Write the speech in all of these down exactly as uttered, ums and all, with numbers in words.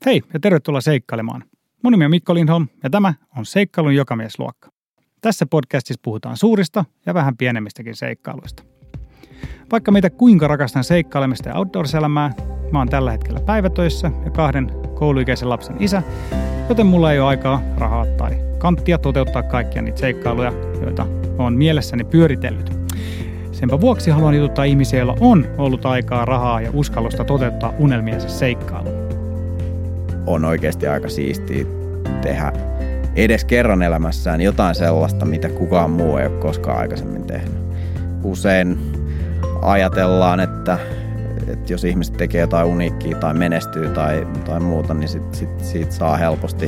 Hei ja tervetuloa seikkailemaan. Mun nimi on Mikko Lindholm ja tämä on Seikkailun jokamiesluokka. Tässä podcastissa puhutaan suurista ja vähän pienemmistäkin seikkailuista. Vaikka meitä kuinka rakastan seikkailemista ja outdoors-elämää, mä oon tällä hetkellä päivätöissä ja kahden kouluikäisen lapsen isä, joten mulla ei ole aikaa, rahaa tai kanttia toteuttaa kaikkia niitä seikkailuja, joita oon mielessäni pyöritellyt. Senpä vuoksi haluan jututtaa ihmisiä, joilla on ollut aikaa, rahaa ja uskallusta toteuttaa unelmiensa seikkailu. On oikeasti aika siistiä tehdä edes kerran elämässään jotain sellaista, mitä kukaan muu ei ole koskaan aikaisemmin tehnyt. Usein ajatellaan, että, että jos ihmiset tekee jotain uniikkia tai menestyy tai, tai muuta, niin sit, sit, siitä saa helposti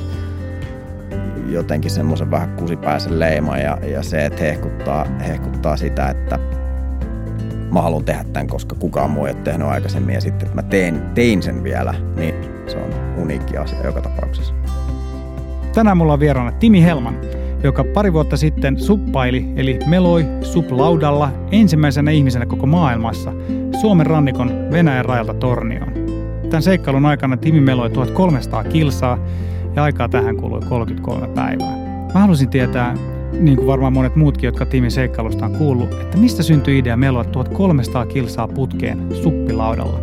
jotenkin semmoisen vähän kusipäisen leiman ja, ja se, että hehkuttaa, hehkuttaa sitä, että mä haluan tehdä tämän, koska kukaan muu ei ole tehnyt aikaisemmin ja sitten, että mä tein, tein sen vielä, niin se on uniikki asia joka tapauksessa. Tänään mulla on vieraana Timi Hellman, joka pari vuotta sitten suppaili, eli meloi suplaudalla ensimmäisenä ihmisenä koko maailmassa Suomen rannikon Venäjän rajalta Tornioon. Tämän seikkailun aikana Timi meloi tuhatkolmesataa kilsaa ja aikaa tähän kului kolmekymmentäkolme päivää. Mä halusin tietää, niin kuin varmaan monet muutkin, jotka Timin seikkailusta on kuullut, että mistä syntyi idea meloa tuhatkolmesataa kilsaa putkeen suppilaudalla.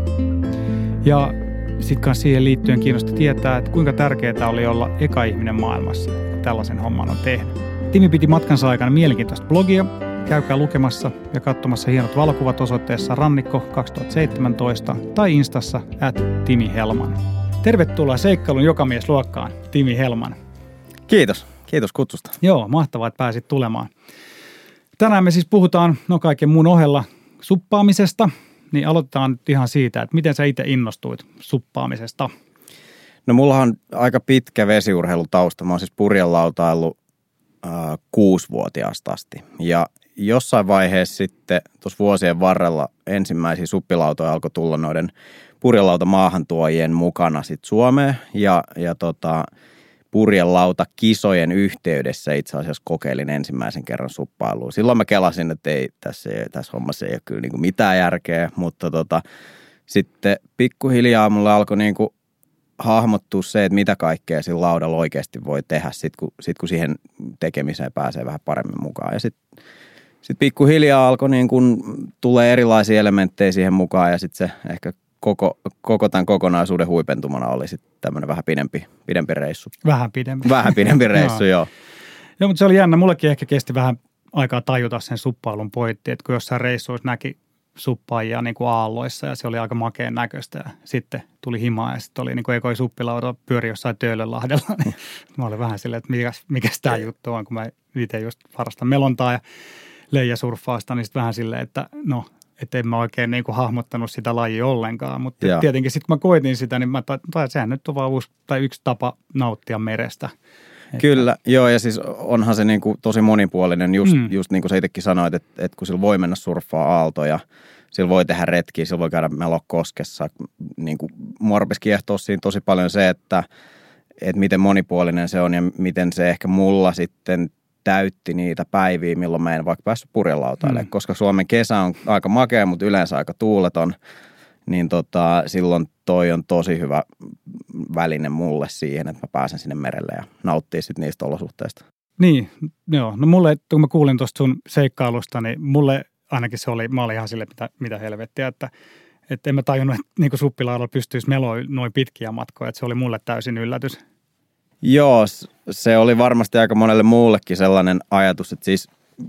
Ja sitten kanssa siihen liittyen kiinnosti tietää, että kuinka tärkeää oli olla eka ihminen maailmassa, joka tällaisen homman on tehnyt. Timi piti matkansa aikana mielenkiintoista blogia. Käykää lukemassa ja katsomassa hienot valokuvat osoitteessa rannikko kaksituhattaseitsemäntoista tai instassa at Timi Hellman. Tervetuloa seikkailun jokamiesluokkaan, Timi Hellman. Kiitos. Kiitos kutsusta. Joo, mahtavaa, että pääsit tulemaan. Tänään me siis puhutaan, no kaiken muun ohella, suppaamisesta. Niin aloitetaan nyt ihan siitä, että miten sä itse innostuit suppaamisesta? No mulla on aika pitkä vesiurheilutausta. Mä oon siis purjelautaillut äh, kuusivuotiaasta asti. Ja jossain vaiheessa sitten tuossa vuosien varrella ensimmäisiä suppilautoja alkoi tulla noiden purjelautamaahantuojien mukana sitten Suomeen. Ja, ja tota, purjelauta-kisojen yhteydessä itse asiassa kokeilin ensimmäisen kerran suppailua. Silloin mä kelasin, että ei, tässä, tässä hommassa ei ole kyllä niin kuin mitään järkeä, mutta tota, sitten pikkuhiljaa mulle alkoi niin kuin hahmottua se, että mitä kaikkea sillä laudalla oikeasti voi tehdä, sit kun, sit kun siihen tekemiseen pääsee vähän paremmin mukaan. Ja sitten sit pikkuhiljaa alkoi niin kuin tulee erilaisia elementtejä siihen mukaan ja sitten se ehkä Koko, koko tämän kokonaisuuden huipentumana oli sitten tämmöinen vähän pidempi, pidempi reissu. Vähän pidempi. Vähän pidempi reissu, joo. Joo, mutta se oli jännä. Mullekin ehkä kesti vähän aikaa tajuta sen suppailun pointti, että kun jossain reissuissa näki suppaajia niin kuin aalloissa ja se oli aika makeen näköistä ja sitten tuli himaa ja sitten oli niin kuin ekoi suppilauta pyöri jossain Töölönlahdella. Niin mä olin vähän silleen, että mikäs, mikäs tämä juttu on, kun mä itse just harrastan melontaa ja leijasurffausta, niin sitten vähän silleen, että no – että en mä oikein niin kuin hahmottanut sitä lajia ollenkaan, mutta Joo. tietenkin sitten kun mä koitin sitä, niin mä tai sehän nyt on vaan uusi, tai yksi tapa nauttia merestä. Kyllä, että joo, ja siis onhan se niin kuin tosi monipuolinen, just, mm. just niin kuin sä itsekin sanoit, että, että kun sillä voi mennä surffaa aaltoja, sillä voi tehdä retkiä, sillä voi käydä melokoskessa, niin kuin mua rupesi kiehtoa siinä tosi paljon se, että, että miten monipuolinen se on ja miten se ehkä mulla sitten täytti niitä päiviä, milloin mä en vaikka päässyt purjelautailemaan, mm. koska Suomen kesä on aika makea, mutta yleensä aika tuuleton, niin tota, silloin toi on tosi hyvä väline mulle siihen, että mä pääsen sinne merelle ja nauttii sitten niistä olosuhteista. Niin, joo. No mulle, kun mä kuulin tuosta sun seikkailusta, niin mulle ainakin se oli, mä olin ihan silleen, mitä, mitä helvettiä, että, että en mä tajunnut, että niin suppilaudalla pystyisi meloa noin pitkiä matkoja, että se oli mulle täysin yllätys. Joo, se oli varmasti aika monelle muullekin sellainen ajatus, että siis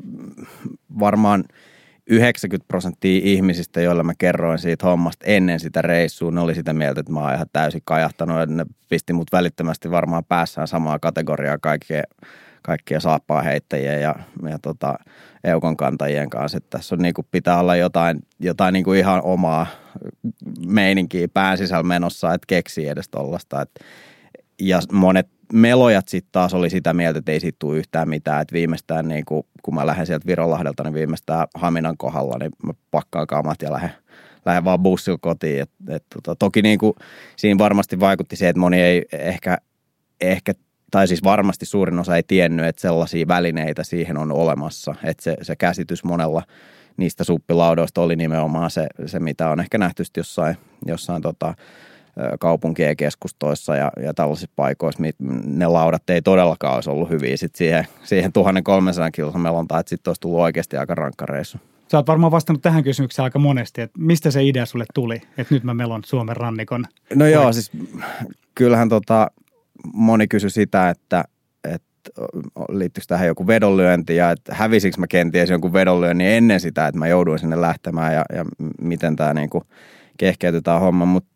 varmaan yhdeksänkymmentä prosenttia ihmisistä, joilla mä kerroin siitä hommasta ennen sitä reissua, ne oli sitä mieltä, että mä oon ihan täysin kajahtanut ja ne pisti mut välittömästi varmaan päässään samaa kategoriaa kaikkia, kaikkia saappaanheittäjien ja, ja tota, eukon kantajien kanssa. Että tässä on, niin kuin, pitää olla jotain, jotain niin kuin ihan omaa meininkiä pään sisällä menossa, että keksii edes tollaista. Että, ja monet melojat sitten taas oli sitä mieltä, että ei siitä tule yhtään mitään, että viimeistään niin kuin, kun mä lähden sieltä Vironlahdelta, niin viimeistään Haminan kohdalla, niin mä pakkaan kamat ja lähden, lähden vaan bussilla kotiin. Et, et, tota, toki niin kuin, siinä varmasti vaikutti se, että moni ei ehkä, ehkä, tai siis varmasti suurin osa ei tiennyt, että sellaisia välineitä siihen on olemassa, että se, se käsitys monella niistä suppilaudoista oli nimenomaan se, se mitä on ehkä nähty jossain, jossain tota, kaupunkien keskustoissa ja, ja tällaisissa paikoissa, ne laudat ei todellakaan olisi ollut hyviä sit siihen, siihen tuhatkolmesataa kilsan melontaan, että sitten olisi tullut oikeasti aika rankka reissu. Sä oot varmaan vastannut tähän kysymykseen aika monesti, että mistä se idea sulle tuli, että nyt mä melon Suomen rannikon? No joo, siis kyllähän tota, moni kysyi sitä, että, että liittyykö tähän joku vedonlyönti ja että hävisikö mä kenties jonkun vedonlyönnin ennen sitä, että mä jouduin sinne lähtemään ja, ja miten tämä niinku kehkeytetään homma, mutta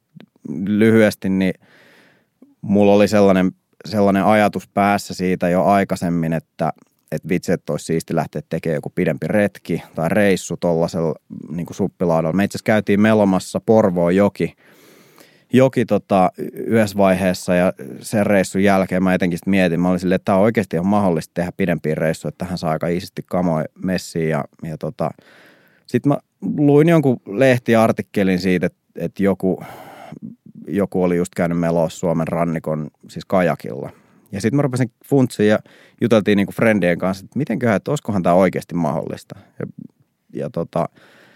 lyhyesti niin mulla oli sellainen, sellainen ajatus päässä siitä jo aikaisemmin, että että vitsi, että olisi siisti lähteä tekemään joku pidempi retki tai reissu tuollaisella niin kuin suppilaudalla. Me itse asiassa käytiin melomassa Porvoon joki, joki tota, yhdessä vaiheessa ja sen reissun jälkeen mä etenkin mietin, mä olin silleen, että tämä on oikeasti ihan mahdollista tehdä pidempiä reissuja, että tähän saa aika iisisti kamoja messiin ja, ja tota, sitten mä luin jonkun lehtiartikkelin siitä, että, että joku, joku oli just käynyt melossa Suomen rannikon siis kajakilla. Ja sitten mä rupesin funtsiin ja juteltiin niinku friendien kanssa, että mitenköhän, että olisikohan tämä oikeasti mahdollista. Ja, ja tota,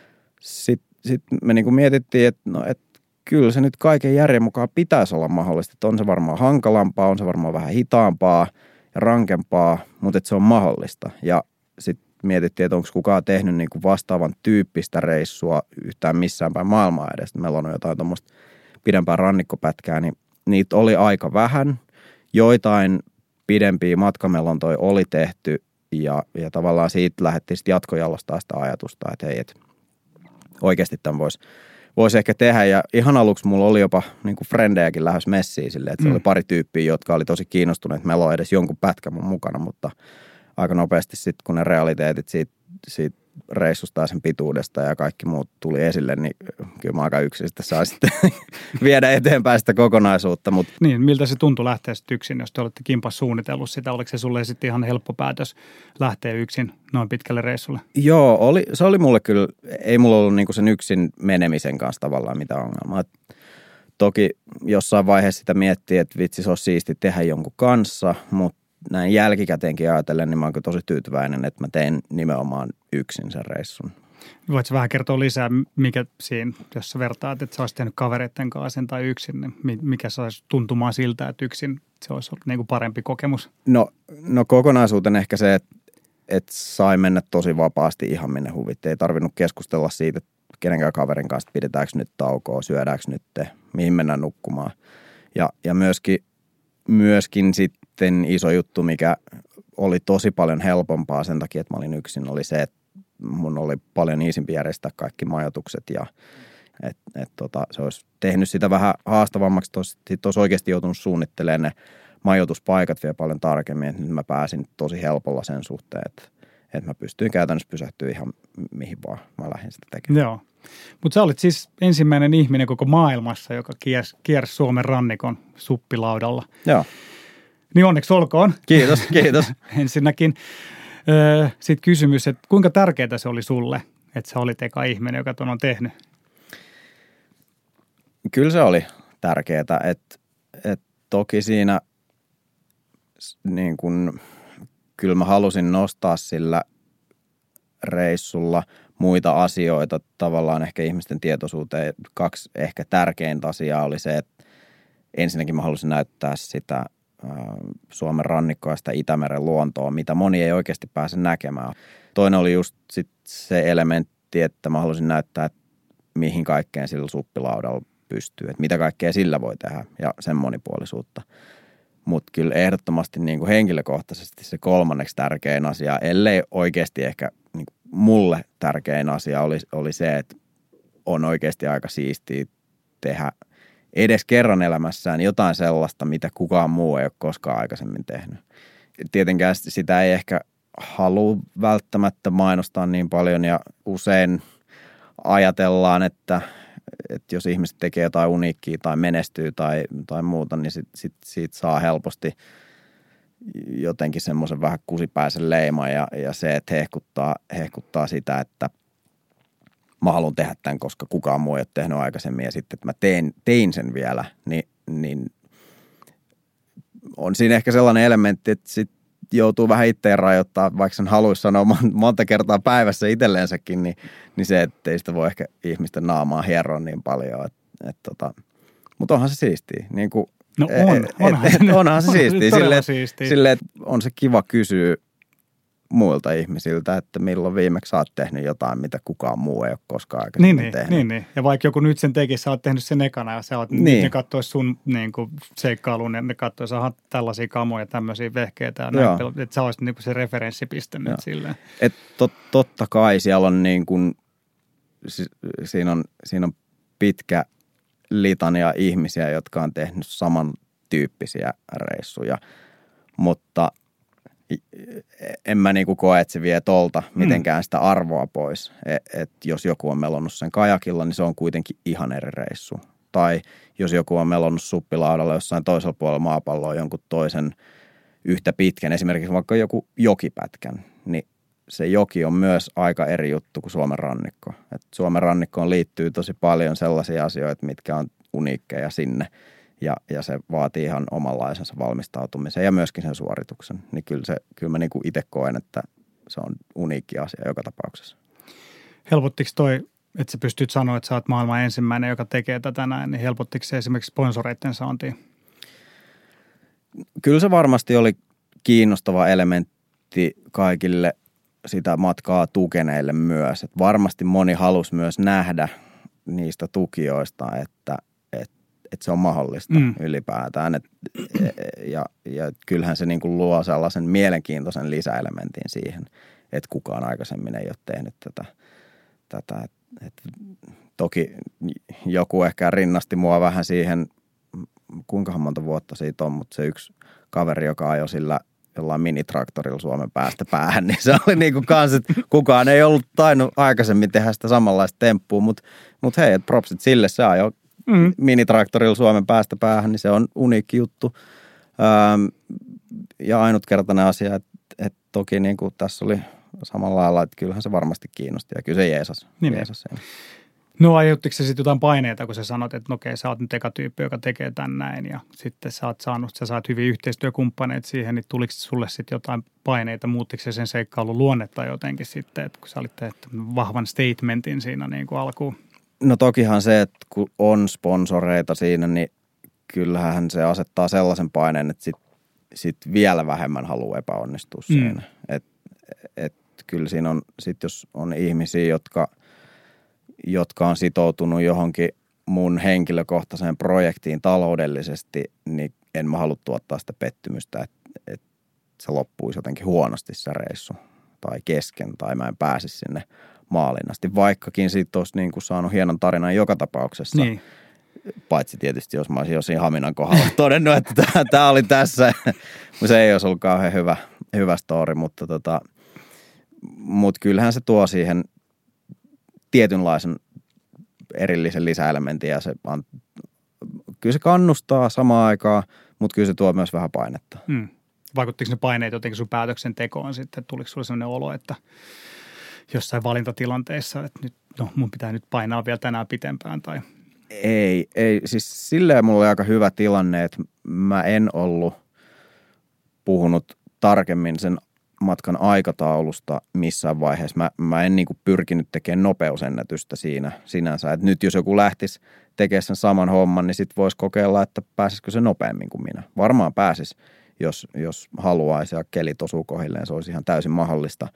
sitten sit me niinku mietittiin, että no, et kyllä se nyt kaiken järjen mukaan pitäisi olla mahdollista. Että on se varmaan hankalampaa, on se varmaan vähän hitaampaa ja rankempaa, mutta että se on mahdollista. Ja sitten mietittiin, että onko kukaan tehnyt niinku vastaavan tyyppistä reissua yhtään missään päin maailmaa edes. Meillä on jotain tuommoista pidempää rannikkopätkää, niin niitä oli aika vähän. Joitain pidempiä matkamelontoja oli tehty ja, ja tavallaan siitä lähdettiin sitten jatkojalostaa sitä ajatusta, että hei, et oikeasti tämän voisi vois ehkä tehdä. Ja ihan aluksi mulla oli jopa niin kuin frendejäkin lähes messiin silleen, että se mm. oli pari tyyppiä, jotka oli tosi kiinnostuneet meloa edes jonkun pätkän mun mukana, mutta aika nopeasti sitten kun ne realiteetit siitä, siitä reissusta ja sen pituudesta ja kaikki muut tuli esille, niin kyllä mä aika yksin sitten saa sitten viedä eteenpäin sitä kokonaisuutta. Mutta niin, miltä se tuntui lähteä sitten yksin, jos te olette kimpas suunnitellut sitä? Oliko se sulle sitten ihan helppo päätös lähteä yksin noin pitkälle reissulle? Joo, oli, se oli mulle kyllä, ei mulla ollut niinku sen yksin menemisen kanssa tavallaan mitään ongelmaa. Et toki jossain vaiheessa sitä miettii, että vitsi se olisi siisti tehdä jonkun kanssa, mutta näin jälkikäteenkin ajatellen, niin mä oon kyllä tosi tyytyväinen, että mä tein nimenomaan yksin sen reissun. Voitko vähän kertoa lisää, mikä siinä, jos sä vertaat, että sä olisit tehnyt kavereiden kanssa sen tai yksin, niin mikä saisi tuntumaan siltä, että yksin se olisi ollut niin kuin parempi kokemus? No, no kokonaisuuten ehkä se, että, että sai mennä tosi vapaasti ihan minne huvitti. Ei tarvinnut keskustella siitä, että kenenkään kaverin kanssa pidetäänkö nyt taukoa, syödäänkö nyt, mihin mennään nukkumaan. Ja, ja myöskin, myöskin sitten iso juttu, mikä oli tosi paljon helpompaa sen takia, että mä olin yksin, oli se, että mun oli paljon iisimpi järjestää kaikki majoitukset ja että et, tota, se olisi tehnyt sitä vähän haastavammaksi. Sitten olisi oikeasti joutunut suunnittelemaan ne majoituspaikat vielä paljon tarkemmin, että nyt mä pääsin tosi helpolla sen suhteen, että, että mä pystyin käytännössä pysähtyä ihan mihin vaan mä lähdin sitä tekemään. Joo, mutta sä olit siis ensimmäinen ihminen koko maailmassa, joka kiersi, kiersi Suomen rannikon suppilaudalla. Joo. Niin onneksi olkoon. Kiitos, kiitos. Ensinnäkin öö, sitten kysymys, että kuinka tärkeää se oli sulle, että sä olit eka ihminen, joka tuon on tehnyt? Kyllä se oli tärkeää, että, että toki siinä niin kun, kyllä mä halusin nostaa sillä reissulla muita asioita tavallaan ehkä ihmisten tietoisuuteen. Kaksi ehkä tärkeintä asiaa oli se, että ensinnäkin mä halusin näyttää sitä Suomen rannikkoa ja sitä Itämeren luontoa, mitä moni ei oikeasti pääse näkemään. Toinen oli just sit se elementti, että mä halusin näyttää, että mihin kaikkeen sillä suppilaudalla pystyy, että mitä kaikkea sillä voi tehdä ja sen monipuolisuutta. Mutta kyllä ehdottomasti niin kuin henkilökohtaisesti se kolmanneksi tärkein asia, ellei oikeasti ehkä niin kuin mulle tärkein asia oli, oli se, että on oikeasti aika siistiä tehdä edes kerran elämässään jotain sellaista, mitä kukaan muu ei ole koskaan aikaisemmin tehnyt. Tietenkään sitä ei ehkä halua välttämättä mainostaa niin paljon ja usein ajatellaan, että, että jos ihmiset tekee jotain uniikkia tai menestyy tai, tai muuta, niin sit, sit, siitä saa helposti jotenkin semmoisen vähän kusipäisen leiman ja, ja se, että hehkuttaa, hehkuttaa sitä, että mä haluan tehdä tämän, koska kukaan muu ei ole tehnyt aikaisemmin ja sitten, että mä tein, tein sen vielä, niin, niin on siinä ehkä sellainen elementti, että sit joutuu vähän itteen rajoittaa, vaikka sen haluaisi sanoa monta kertaa päivässä itselleensäkin, niin, niin se, että ei sitä voi ehkä ihmisten naamaa hieroa niin paljon. Et, et tota, Mutta onhan se siistiä. Niin kuin, no on, onhan, et, et, onhan se siistiä. Silleen, silleen, silleen, on se kiva kysyä muilta ihmisiltä, että milloin viimeksi sä oot tehnyt jotain, mitä kukaan muu ei ole koskaan aikaisemmin niin, tehnyt. Niin, niin. Ja vaikka joku nyt sen tekisi, sä oot tehnyt sen ekana ja sä oot, niin. ne katsois sun niin kuin, seikkailun ja ne katsois, aha, tällaisia kamoja, tämmöisiä vehkeitä ja näin, että sä olisit niin kuin se referenssipiste nyt silleen. Et tot, totta kai siellä on niin kuin, siinä on, siinä on pitkä litania ihmisiä, jotka on tehnyt samantyyppisiä reissuja, mutta en mä niinku koe, että se vie tolta mitenkään sitä arvoa pois. Et, et jos joku on melonnut sen kajakilla, niin se on kuitenkin ihan eri reissu. Tai jos joku on melonnut suppilaudalla jossain toisella puolella maapalloa jonkun toisen yhtä pitkän, esimerkiksi vaikka joku jokipätkän, niin se joki on myös aika eri juttu kuin Suomen rannikko. Et Suomen rannikkoon liittyy tosi paljon sellaisia asioita, mitkä on uniikkeja sinne. Ja, ja se vaatii ihan omanlaisensa valmistautumisen ja myöskin sen suorituksen. Niin kyllä, se, kyllä mä niin kuin itse koen, että se on uniikki asia joka tapauksessa. Helpottiko toi, että sä pystyt sanoa, että sä oot maailman ensimmäinen, joka tekee tätä näin, niin helpottiko se esimerkiksi sponsoreiden saantiin? Kyllä se varmasti oli kiinnostava elementti kaikille sitä matkaa tukeneille myös. Et varmasti moni halusi myös nähdä niistä tukijoista, että että se on mahdollista mm. ylipäätään. Et, ja, ja kyllähän se niin kuin luo sellaisen mielenkiintoisen lisäelementin siihen, että kukaan aikaisemmin ei ole tehnyt tätä. tätä. Et, et, toki joku ehkä rinnasti mua vähän siihen, kuinkahan monta vuotta siitä on, mutta se yksi kaveri, joka ajoi sillä jollain minitraktorilla Suomen päästä päähän, niin se oli niin kuin kans, että kukaan ei ollut tainnut aikaisemmin tehdä sitä samanlaista temppua, mutta mut hei, et propsit sille, se ajoi Mm. minitraktorilla Suomen päästä päähän, niin se on uniikki juttu. Ähm, ja ainutkertainen asia, että et toki niin kuin tässä oli samalla lailla, että kyllähän se varmasti kiinnosti ja kyllä se jeesas. Niin jeesas no aiheuttiko se sitten jotain paineita, kun sä sanot, että no okei, sä oot nyt eka tyyppi, joka tekee tän näin ja sitten sä oot saanut, sä saat hyviä yhteistyökumppaneita siihen, niin tuliko sulle sitten jotain paineita, muuttiko se sen seikkailun luonnetta jotenkin sitten, että kun sä olit tehnyt vahvan statementin siinä niin kuin alkuun? No tokihan se, että kun on sponsoreita siinä, niin kyllähän se asettaa sellaisen paineen, että sit, sit vielä vähemmän haluaa epäonnistua mm. siinä. Että et, kyllä siinä on, sit jos on ihmisiä, jotka, jotka on sitoutunut johonkin mun henkilökohtaiseen projektiin taloudellisesti, niin en mä halua tuottaa sitä pettymystä, että et se loppuisi jotenkin huonosti se reissu tai kesken tai mä en pääsisi sinne maaliin asti, vaikkakin siitä olisi niin kuin saanut hienon tarinan joka tapauksessa. Niin. Paitsi tietysti, jos mä olisin jo siinä Haminan kohdalla todennut, että tämä oli tässä. Se ei olisi ollut kauhean hyvä, hyvä story, mutta tota, mut kyllähän se tuo siihen tietynlaisen erillisen lisäelementin ja se on, kyllä se kannustaa samaan aikaan, mutta kyllä se tuo myös vähän painetta. Hmm. Vaikuttiko ne paineet jotenkin sun päätöksentekoon sitten? Tuliko sulle sellainen olo, että jossain valintatilanteessa, että nyt, no, mun pitää nyt painaa vielä tänään pitempään tai? Ei, ei. Siis silleen mulla oli aika hyvä tilanne, että mä en ollut puhunut tarkemmin sen matkan aikataulusta missään vaiheessa. Mä, mä en niinku pyrkinyt tekemään nopeusennätystä siinä sinänsä. Et nyt jos joku lähtisi tekemään sen saman homman, niin sit voisi kokeilla, että pääsisikö se nopeammin kuin minä. Varmaan pääsis, jos, jos haluaisi ja kelit osuu kohilleen. Se olisi ihan täysin mahdollista.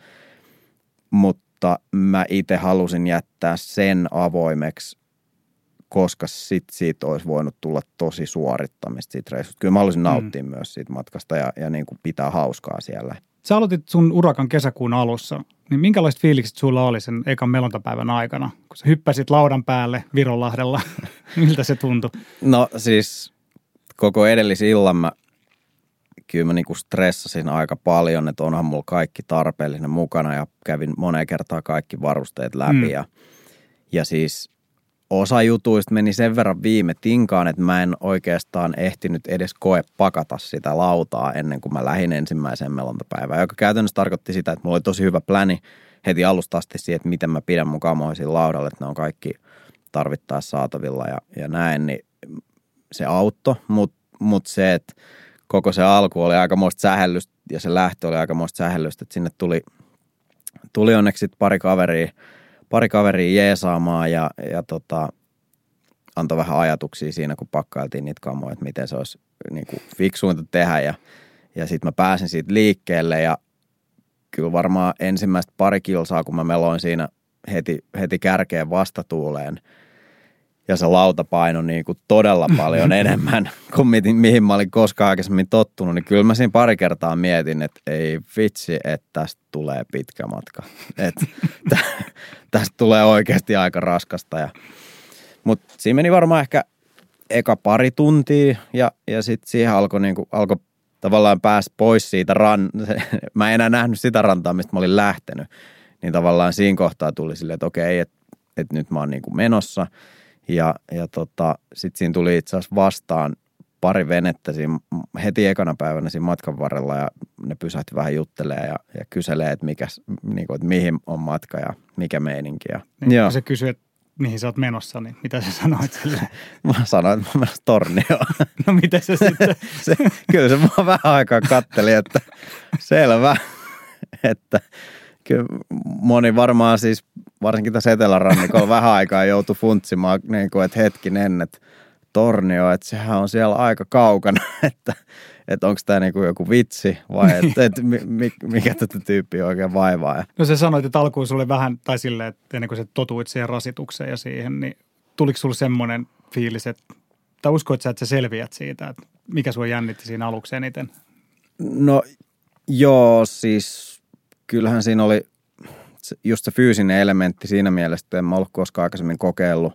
Mutta mä itse halusin jättää sen avoimeksi, koska sit siitä olisi voinut tulla tosi suorittamista siitä reissusta. Kyllä mä halusin nauttia mm. myös siitä matkasta ja, ja niin kuin pitää hauskaa siellä. Sä aloitit sun urakan kesäkuun alussa, niin minkälaiset fiilikset sulla oli sen ekan melontapäivän aikana, kun sä hyppäsit laudan päälle Vironlahdella? Miltä se tuntui? No siis koko edellisillan mä kyllä mä niinku stressasin aika paljon, että onhan mulla kaikki tarpeellinen mukana ja kävin moneen kertaan kaikki varusteet läpi. Mm. Ja, ja siis osa jutuista meni sen verran viime tinkaan, että mä en oikeastaan ehtinyt edes koe pakata sitä lautaa ennen kuin mä lähdin ensimmäiseen melontapäivään, joka käytännössä tarkoitti sitä, että mulla oli tosi hyvä pläni heti alusta asti siihen, että miten mä pidän mun kamoisin laudalle, että ne on kaikki tarvittaessa saatavilla ja, ja näin, niin se auttoi, mutta mut se, että koko se alku oli aikamoista sähellystä ja se lähtö oli aikamoista sähellystä, että sinne tuli, tuli onneksi pari kaveria, pari kaveria jeesaamaan ja, ja tota, antoi vähän ajatuksia siinä, kun pakkailtiin niitä kamoja, että miten se olisi niin kuin fiksuinta tehdä. Ja, ja sitten mä pääsin siitä liikkeelle ja kyllä varmaan ensimmäistä pari kilsaa, kun mä meloin siinä heti, heti kärkeen vastatuuleen. Ja se lauta painoi niin kuin todella paljon enemmän kuin mihin, mihin mä olin koskaan aikaisemmin tottunut. Niin kyllä mä siinä pari kertaa mietin, että ei vitsi, että tästä tulee pitkä matka. Että tästä tulee oikeasti aika raskasta. Ja, mutta siinä meni varmaan ehkä eka pari tuntia ja, ja sitten siihen alkoi niin kuin, alkoi tavallaan päästä pois siitä ran... Mä en enää nähnyt sitä rantaa, mistä mä olin lähtenyt. Niin tavallaan siinä kohtaa tuli silleen, että okei, että, että nyt mä oon niin kuin menossa. Ja, ja tota, sitten siinä tuli itse asiassa vastaan pari venettä siinä heti ekana päivänä siinä matkan varrella ja ne pysähti vähän juttelemaan ja, ja kyselee, että, mikä, niin kuin, että mihin on matka ja mikä meininki. Ja, niin, kun se kysyi, että mihin sä oot menossa, niin mitä sä sanoit sille? Mä sanoin, että mä oon menossa Tornioon. No miten se sitten? se, kyllä se mua vähän aikaa katteli, että selvä, että kyllä moni varmaan siis, varsinkin tässä Etelärannikolla vähän aikaa joutui funtsimaan, niin kuin, että hetkinen, että Tornio, että sehän on siellä aika kaukana, että, että onko tämä niin kuin joku vitsi vai että, että mikä tätä tyyppiä oikein vaivaa. No sä sanoit, että alkuun sulle vähän, tai silleen, että ennen kuin sä totuit siihen rasitukseen ja siihen, niin tuliko sulle semmoinen fiilis, että, tai uskoit sä, että sä selviät siitä, että mikä sua jännitti siinä aluksi eniten? No joo, siis kyllähän siinä oli just se fyysinen elementti siinä mielessä, että en mä ollut koskaan aikaisemmin kokeillut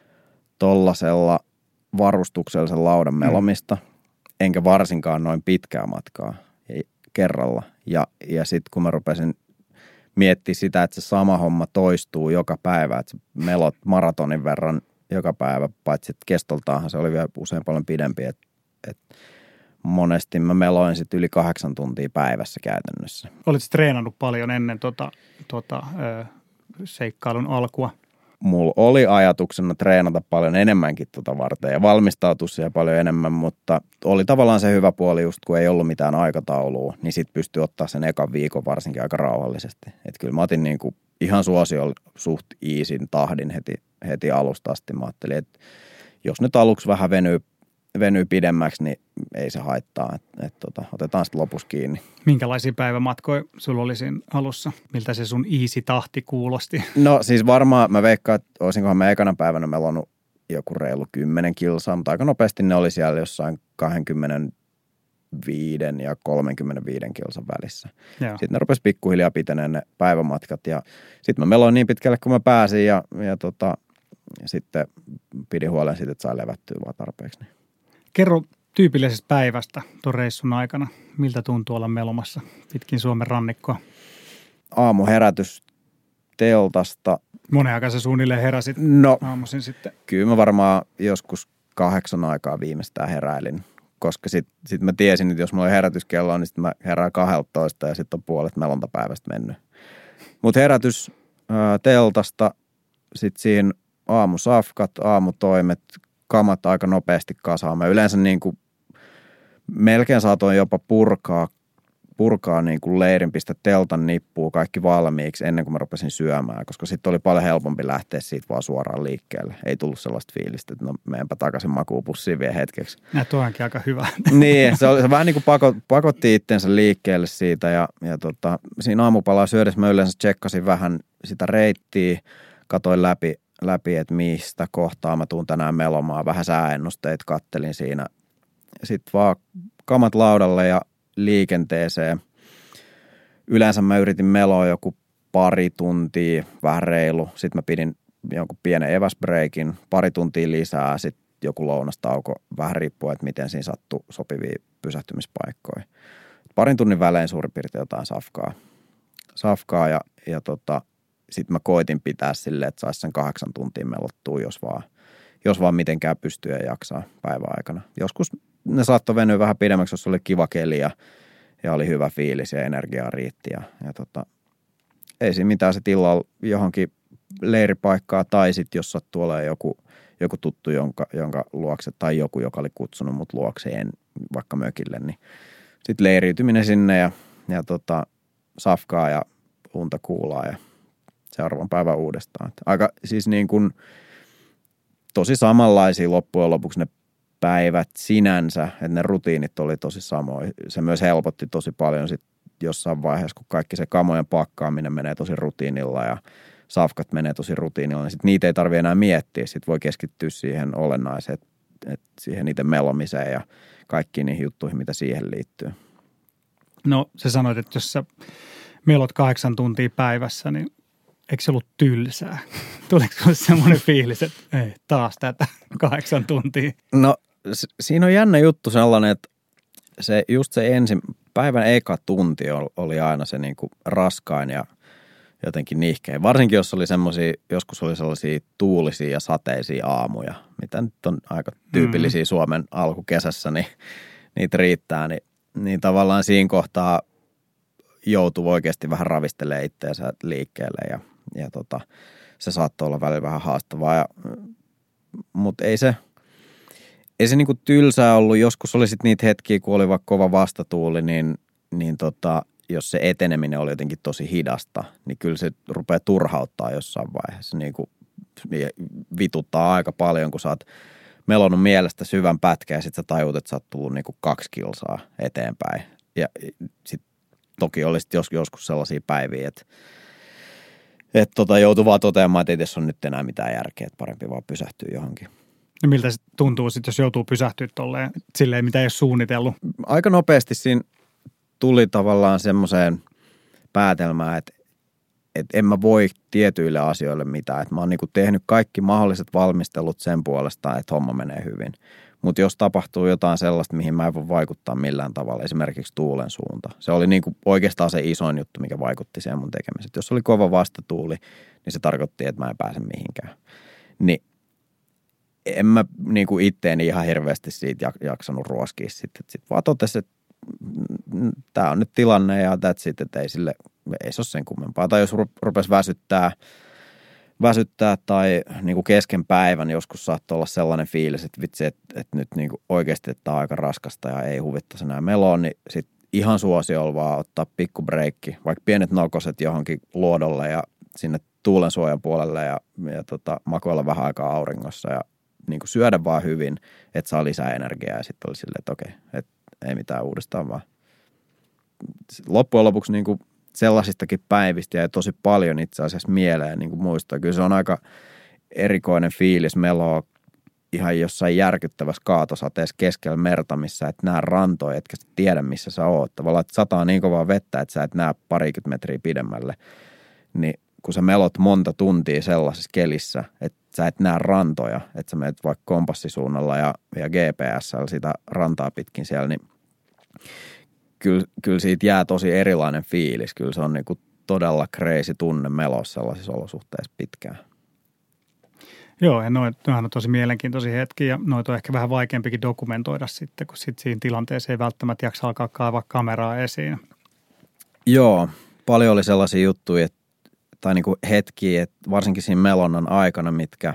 tollasella varustuksellisella laudan melomista, mm. enkä varsinkaan noin pitkää matkaa kerralla. Ja, ja sitten kun mä rupesin miettimään sitä, että se sama homma toistuu joka päivä, että melot maratonin verran joka päivä, paitsi että kestoltaanhan se oli vielä usein paljon pidempi, että, että monesti mä meloin sitten yli kahdeksan tuntia päivässä käytännössä. Olitko treenannut paljon ennen tota, tota, ö, seikkailun alkua? Mulla oli ajatuksena treenata paljon enemmänkin tota varten ja valmistautua siihen paljon enemmän, mutta oli tavallaan se hyvä puoli just, kun ei ollut mitään aikataulua, niin sit pystyi ottaa sen ekan viikon varsinkin aika rauhallisesti. Että kyllä mä otin niinku ihan suosiolla suht easyn tahdin heti, heti alusta asti. Mä ajattelin, että jos nyt aluksi vähän venyy, venyy pidemmäksi, niin ei se haittaa, että et tota, otetaan sitten lopussa kiinni. Minkälaisia päivämatkoja sulla oli siinä alussa? Miltä se sun easy tahti kuulosti? No siis varmaan mä veikkaan, että olisinkohan mä ekana päivänä melonnut joku reilu kymmenen kilsaa, mutta aika nopeasti ne oli siellä jossain kaksikymmentäviisi ja kolmekymmentäviisi kilsan välissä. Joo. Sitten ne rupesi pikkuhiljaa piteneen ne päivämatkat ja sitten mä meloin niin pitkälle kuin mä pääsin ja, ja, tota, ja sitten pidin huolen siitä, että sai levättyä vaan tarpeeksi. Kerro tyypillisestä päivästä tuon reissun aikana. Miltä tuntuu olla melomassa pitkin Suomen rannikkoa? Aamuherätys teltasta. Monen aikaa sä suunnilleen heräsit no, aamuisin sitten? Kyllä mä varmaan joskus kahdeksan aikaa viimeistään heräilin, koska sitten sit mä tiesin, että jos mulla oli herätyskello, niin sitten mä herään kahdeltoista ja sitten on puolet melontapäivästä mennyt. Mutta herätys ää, teltasta, sitten siinä aamusafkat, aamutoimet, kamat aika nopeasti kasaan. Mä yleensä niin kuin melkein saatoin jopa purkaa, purkaa niin kuin leirin, pistä teltan nippuun kaikki valmiiksi ennen kuin mä rupesin syömään, koska sitten oli paljon helpompi lähteä siitä vaan suoraan liikkeelle. Ei tullut sellaista fiilistä, että no meenpä takaisin makuupussiin vielä hetkeksi. Ja tuo onkin aika hyvä. Niin, se, oli, se vähän niin kuin pako, pakotti itsensä liikkeelle siitä ja, ja tota, siinä aamupalaa syödessä mä yleensä tsekkasin vähän sitä reittiä, katoin läpi, läpi että mistä kohtaa mä tuun tänään melomaan, vähän sääennusteita kattelin siinä. Sitten vaan kamat laudalle ja liikenteeseen. Yleensä mä yritin meloa joku pari tuntia, vähän reilu. Sitten mä pidin jonkun pienen eväsbreikin, pari tuntia lisää, sitten joku lounastauko, vähän riippuen, että miten siinä sattui sopivia pysähtymispaikkoja. Parin tunnin välein suurin piirtein jotain safkaa. Safkaa ja, ja tota, sitten mä koitin pitää silleen, että saisi sen kahdeksan tuntia melottua, jos vaan, jos vaan mitenkään pystyy ja jaksaa päivän aikana. Joskus ne saattoi venyä vähän pidemmäksi, jos oli kiva keli ja, ja oli hyvä fiilis ja energiaa riitti. Ja, ja tota, ei siinä mitään, se illalla johonkin leiripaikkaa tai sitten jos sattuu olemaan joku, joku tuttu, jonka, jonka luokse tai joku, joka oli kutsunut mut luokseen vaikka mökille, niin sitten leiriytyminen sinne ja, ja tota, safkaa ja unta kuulaa ja seuraavan päivän uudestaan. Aika siis niin kuin tosi samanlaisia loppujen lopuksi ne päivät sinänsä, että ne rutiinit oli tosi samoja. Se myös helpotti tosi paljon sit jossain vaiheessa, kun kaikki se kamojen pakkaaminen menee tosi rutiinilla ja safkat menee tosi rutiinilla, niin sit niitä ei tarvitse enää miettiä. Sitten voi keskittyä siihen olennaiseen, että et siihen itse melomiseen ja kaikkiin niihin juttuihin, mitä siihen liittyy. No sä sanoit, että jos sä melot kahdeksan tuntia päivässä, niin eikö se ollut tylsää? Tuliko sinulle semmoinen fiilis, että ei, taas tätä kahdeksan tuntia? No s- siinä on jännä juttu sellainen, että se, just se ensin, päivän eka tunti oli aina se niinku raskain ja jotenkin nihkein. Varsinkin jos oli semmoisia, joskus oli sellaisia tuulisia ja sateisia aamuja, mitä nyt on aika tyypillisiä mm. Suomen alkukesässä, niin niitä riittää. Niin, niin tavallaan siinä kohtaa joutuu oikeasti vähän ravistelemaan itseensä liikkeelle ja, ja tota, se saattoi olla välillä vähän haastavaa. Ja, mutta ei se, ei se niinku tylsää ollut. Joskus oli sitten niitä hetkiä, kun oli vaikka kova vastatuuli, niin, niin tota, jos se eteneminen oli jotenkin tosi hidasta, niin kyllä se rupeaa turhauttaa jossain vaiheessa. Niin kuin vituttaa aika paljon, kun sä oot melonnut mielestä syvän pätkän ja sit sä tajut, että sä oot tullut niin kuin kaksi kilsaa eteenpäin. Ja sit toki olisi jos, joskus sellaisia päiviä, että, että tota, joutuu vaan toteamaan, että ei tässä ole nyt enää mitään järkeä, että parempi vaan pysähtyä johonkin. Ja miltä se tuntuu sitten, jos joutuu pysähtyä tolleen silleen, mitä ei ole suunnitellut? Aika nopeasti siinä tuli tavallaan semmoiseen päätelmään, että, että en mä voi tietyille asioille mitään. Että mä oon niinku tehnyt kaikki mahdolliset valmistelut sen puolesta, että homma menee hyvin. Mutta jos tapahtuu jotain sellaista, mihin mä en voi vaikuttaa millään tavalla, esimerkiksi tuulen suunta. Se oli niinku oikeastaan se isoin juttu, mikä vaikutti siihen mun tekemiseen. Jos oli kova vastatuuli, niin se tarkoitti, että mä en pääse mihinkään. Niin en mä niinku itteeni ihan hirveästi siitä jaksanut ruoskia sitten. Sitten vaan totesin, että tämä on nyt tilanne ja that's it, että ei sille, ei se ole sen kummempaa. Tai jos rupesi väsyttää, väsyttää tai niin kuin kesken päivän joskus saattoi olla sellainen fiilis, että vitsi, että, että nyt niin kuin oikeasti että on aika raskasta ja ei huvittaisi enää meloon, niin sitten ihan suosiolla vaan ottaa pikku breikki, vaikka pienet nokoset johonkin luodolle ja sinne tuulensuojan puolelle ja, ja tota, makoilla vähän aikaa auringossa ja niin kuin syödä vaan hyvin, että saa lisää energiaa ja sitten oli silleen, että okei, että ei mitään uudestaan vaan. Loppujen lopuksi niin kuin sellaisistakin päivistä jäi tosi paljon itse asiassa mieleen niin kuin muistaa. Kyllä se on aika erikoinen fiilis meloa ihan jossain järkyttävässä kaatosateessa keskellä merta, missä et näe rantoja, etkä tiedä missä sä oot. Tavallaan, että sataa niin kovaa vettä, että sä et näe parikymmentä metriä pidemmälle. Niin kun sä melot monta tuntia sellaisessa kelissä, että sä et näe rantoja, että sä menet vaikka kompassisuunnalla ja, ja G P S:llä sitä rantaa pitkin siellä, niin kyllä, kyllä siitä jää tosi erilainen fiilis. Kyllä se on niinku todella crazy tunne meloa sellaisissa olosuhteissa pitkään. Joo, ja noitahan on tosi mielenkiintoisia hetkiä, ja noita on ehkä vähän vaikeampikin dokumentoida sitten, kun sit siinä tilanteessa ei välttämättä jaksa alkaa kaivaa kameraa esiin. Joo, paljon oli sellaisia juttuja, että tai niin kuin hetkiä, että varsinkin siinä melonnan aikana, mitkä,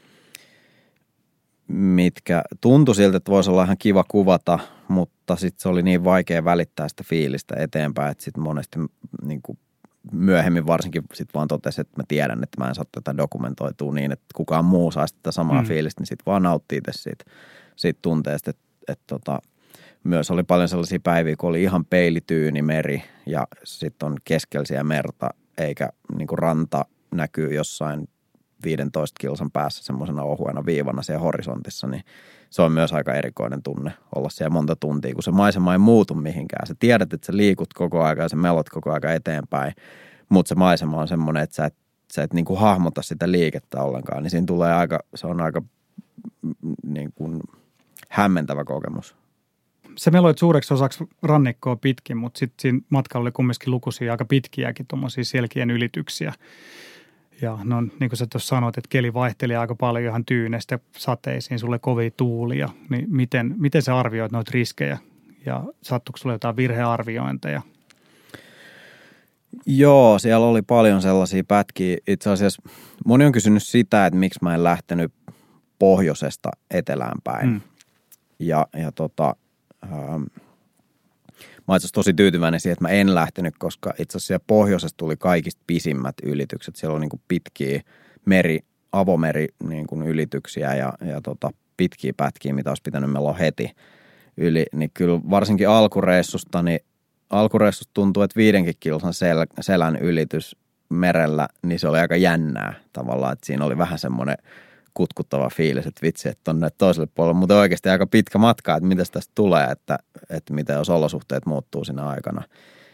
mitkä tuntui siltä, että voisi olla ihan kiva kuvata, mutta sitten se oli niin vaikea välittää sitä fiilistä eteenpäin, että sitten monesti niin kuin myöhemmin varsinkin sitten vaan totesi, että mä tiedän, että mä en saa tätä dokumentoitua niin, että kukaan muu saa sitä samaa mm. fiilistä, niin sitten vaan nauttii itse siitä, siitä tunteesta, että, että tota, myös oli paljon sellaisia päiviä, kun oli ihan peilityyni meri ja sitten on keskellä merta, eikä niin kuin ranta näkyy jossain viidentoista kilsan päässä semmoisena ohuena viivana siellä horisontissa, niin se on myös aika erikoinen tunne olla siellä monta tuntia, kun se maisema ei muutu mihinkään. Sä tiedät, että sä liikut koko ajan ja sä melot koko ajan eteenpäin, mutta se maisema on semmoinen, että sä et, sä et niin kuin hahmota sitä liikettä ollenkaan, niin siinä tulee aika, se on aika niin kuin hämmentävä kokemus. Sä meloit suureksi osaksi rannikkoa pitkin, mutta sitten siinä matkalla oli kumminkin lukuisia aika pitkiäkin tuommoisia selkien ylityksiä. Ja no niin kuin sä tuossa sanoit, että keli vaihteli aika paljon ihan tyynestä sateisiin, sulle kovia tuulia. Niin miten, miten sä arvioit noita riskejä ja sattuiko sulle jotain virhearviointeja? Joo, siellä oli paljon sellaisia pätkiä. Itse asiassa moni on kysynyt sitä, että miksi mä en lähtenyt pohjoisesta etelään päin. Mm. Ja, ja tota... Ähm, mä oon tosi tyytyväinen siihen, että mä en lähtenyt, koska itse asiassa pohjoisesta tuli kaikista pisimmät ylitykset. Siellä on niin kuin pitkiä avomeri niin kuin ylityksiä ja, ja tota, pitkiä pätkiä, mitä olisi pitänyt meillä heti yli, niin kyllä varsinkin alkureissusta, niin alkureissusta tuntuu, että viidenkin kilsan sel, selän ylitys merellä, niin se oli aika jännää tavallaan, että siinä oli vähän semmoinen kutkuttava fiilis, että vitsi, että tonne toiselle puolelle, mutta oikeasti aika pitkä matka, että mitä tästä tulee, että, että mitä jos olosuhteet muuttuu siinä aikana.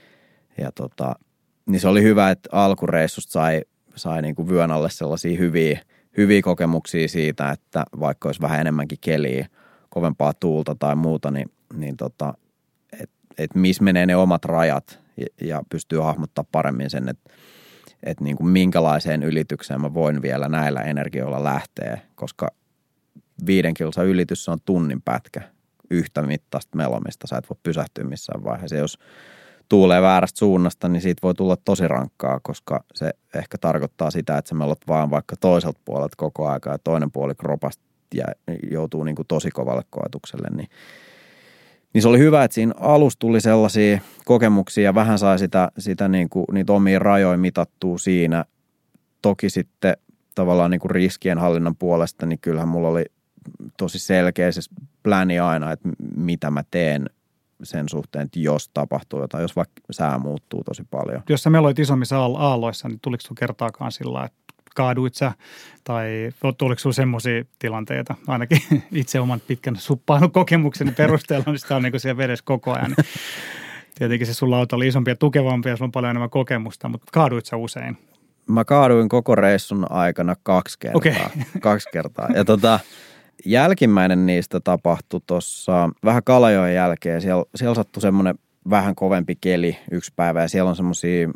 Ja tota, niin se oli hyvä, että alkureissusta sai, sai niin kuin vyön alle sellaisia hyviä, hyviä kokemuksia siitä, että vaikka olisi vähän enemmänkin keliä, kovempaa tuulta tai muuta, niin, niin tota, että et missä menee ne omat rajat ja, ja pystyy hahmottaa paremmin sen, että että niin kuin minkälaiseen ylitykseen mä voin vielä näillä energioilla lähteä, koska viiden kilsan ylitys on tunnin pätkä yhtä mittaista melomista. Sä et voi pysähtyä missään vaiheessa. Jos tuulee väärästä suunnasta, niin siitä voi tulla tosi rankkaa, koska se ehkä tarkoittaa sitä, että sä melot vaan vaikka toiselta puolelta koko aika ja toinen puoli kropasta ja joutuu niin kuin tosi kovalle koetukselle, niin Niin se oli hyvä, että siinä alussa tuli sellaisia kokemuksia ja vähän sai sitä, sitä niin kuin, niitä omia rajoja mitattua siinä. Toki sitten tavallaan niin kuin riskien hallinnan puolesta, niin kyllähän mulla oli tosi selkeä se pläni aina, että mitä mä teen sen suhteen, että jos tapahtuu jotain, jos vaikka sää muuttuu tosi paljon. Jos sä meloit isommissa aalloissa, niin tuliko sun kertaakaan sillä, että kaaduit sä, tai tuliko sinulla semmoisia tilanteita, ainakin itse oman pitkän suppailun kokemukseni perusteella, niin sitä on niin kuin siellä vedessä koko ajan. Tietenkin se sun lauta oli isompi ja tukevampi ja sulla on paljon enemmän kokemusta, mutta kaaduit sä usein? Mä kaaduin koko reissun aikana kaksi kertaa. Okay. Kaksi kertaa. Ja tota, jälkimmäinen niistä tapahtui tuossa vähän Kalajoen jälkeen. Siellä, siellä sattui semmoinen vähän kovempi keli yksi päivä ja siellä on semmoisia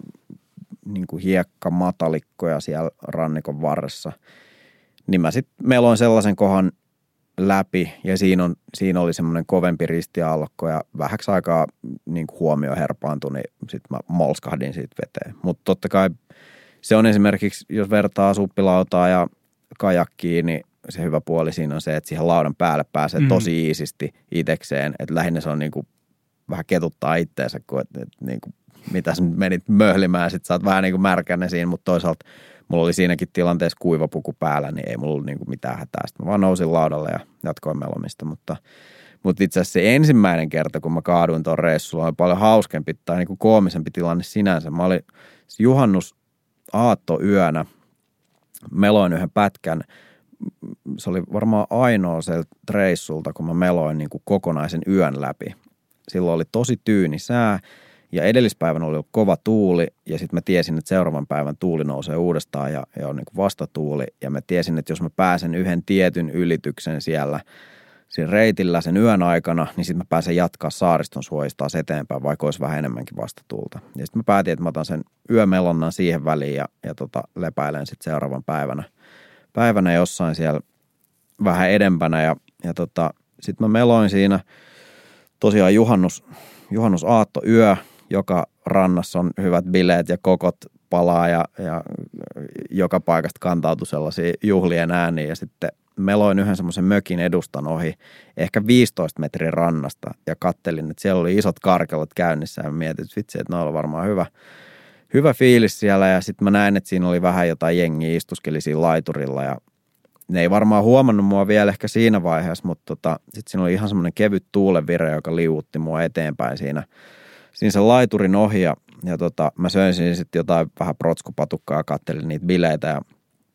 niin kuin hiekkamatalikkoja siellä rannikon varressa. Niin mä sitten meloin sellaisen kohan läpi ja siinä, on, siinä oli semmoinen kovempi ristiaallokko ja vähäksi aikaa niin kuin huomio herpaantui, niin sitten mä molskahdin siitä veteen. Mutta totta kai se on esimerkiksi, jos vertaa suppilautaa ja kajakkiin, niin se hyvä puoli siinä on se, että siihen laudan päälle pääsee mm. tosi iisisti itekseen. Että lähinnä se on niin kuin vähän ketuttaa itteensä, kun et, et, niin kuin mitä sä menit möhlimään, sit sä oot vähän niin kuin märkänne siinä, mutta toisaalta mulla oli siinäkin tilanteessa kuivapuku päällä, niin ei mulla ollut niin kuin mitään hätää. Sitten mä vaan nousin laudalle ja jatkoin melomista, mutta, mutta itse asiassa se ensimmäinen kerta, kun mä kaaduin tuon reissulla, oli paljon hauskempi tai niin kuin koomisempi tilanne sinänsä. Mä olin juhannus aattoyönä, meloin yhden pätkän. Se oli varmaan ainoa sieltä reissulta, kun mä meloin niin kuin kokonaisen yön läpi. Silloin oli tosi tyyni sää. Ja edellispäivänä oli ollut kova tuuli ja sitten mä tiesin, että seuraavan päivän tuuli nousee uudestaan ja, ja on niin kuin vastatuuli. Ja mä tiesin, että jos mä pääsen yhden tietyn ylityksen siellä siinä reitillä sen yön aikana, niin sitten mä pääsen jatkaa saariston suojista taas eteenpäin, vaikka olisi vähän enemmänkin vastatuulta. Ja sitten mä päätin, että mä otan sen yömelonnan siihen väliin ja, ja tota, lepäilen sitten seuraavan päivänä, päivänä jossain siellä vähän edempänä. Ja, ja tota, sitten mä meloin siinä tosiaan juhannus, juhannusaatto yö. Joka rannassa on hyvät bileet ja kokot palaa ja, ja joka paikasta kantautui sellaisia juhlien ääniä. Ja sitten meloin yhden semmoisen mökin edustan ohi ehkä viisitoista metrin rannasta ja kattelin, että siellä oli isot karkelot käynnissä ja mietin, että vitsi, että noilla on varmaan hyvä, hyvä fiilis siellä. Ja sitten mä näin, että siinä oli vähän jotain jengiä istuskeli siinä laiturilla ja ne ei varmaan huomannut mua vielä ehkä siinä vaiheessa, mutta tota, sitten siinä oli ihan semmoinen kevyt tuulenvire, joka liuutti mua eteenpäin siinä. Siinä sen laiturin ohi ja, ja tota, mä söin siinä sitten jotain vähän protskupatukkaa ja kattelin niitä bileitä. Ja,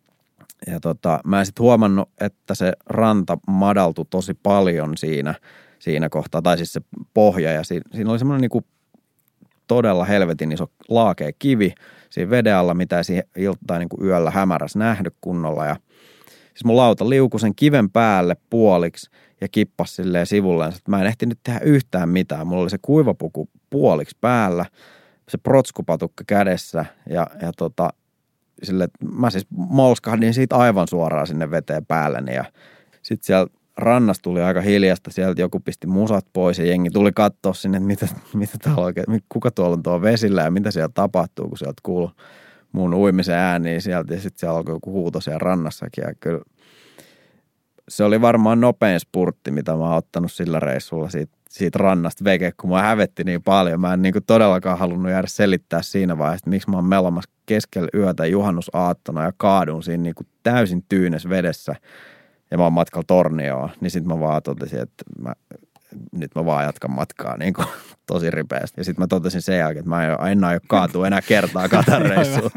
ja tota, mä en sitten huomannut, että se ranta madaltui tosi paljon siinä, siinä kohtaa, tai siis se pohja. Ja siinä, siinä oli semmoinen niinku todella helvetin iso laakea kivi siinä veden alla, mitä ei siihen ilta niinku yöllä hämärässä nähnyt kunnolla. Ja siis mun lauta liukui sen kiven päälle puoliksi ja kippasi silleen sivulleen, että mä en ehtinyt tehdä yhtään mitään. Mulla oli se kuivapuku puoliksi päällä, se protskupatukka kädessä ja, ja tota, sille, mä siis molskahdin siitä aivan suoraan sinne veteen päälleni ja sitten siellä rannassa tuli aika hiljasta, sieltä joku pisti musat pois ja jengi tuli katsoa sinne, että mitä, mitä täällä oikein, kuka tuolla on tuo vesillä ja mitä siellä tapahtuu, kun sieltä kuului mun uimisen ääniä sieltä ja sitten siellä alkoi joku huuto siellä rannassakin ja kyllä se oli varmaan nopein spurtti, mitä mä oon ottanut sillä reissulla siitä, siitä rannasta veke, kun mä hävetti niin paljon. Mä en niin kuin todellakaan halunnut jäädä selittää siinä vaiheessa, että miksi mä oon melomassa keskellä yötä juhannusaattona ja kaadun siinä niin kuin täysin tyynes vedessä ja mä oon matkalla Tornioon. Niin sit mä vaan totesin, että mä, nyt mä vaan jatkan matkaa niin kuin tosi ripeästi. Ja sit mä totesin sen jälkeen, että mä en, en aio kaatua enää kertaakaan tämän reissuun.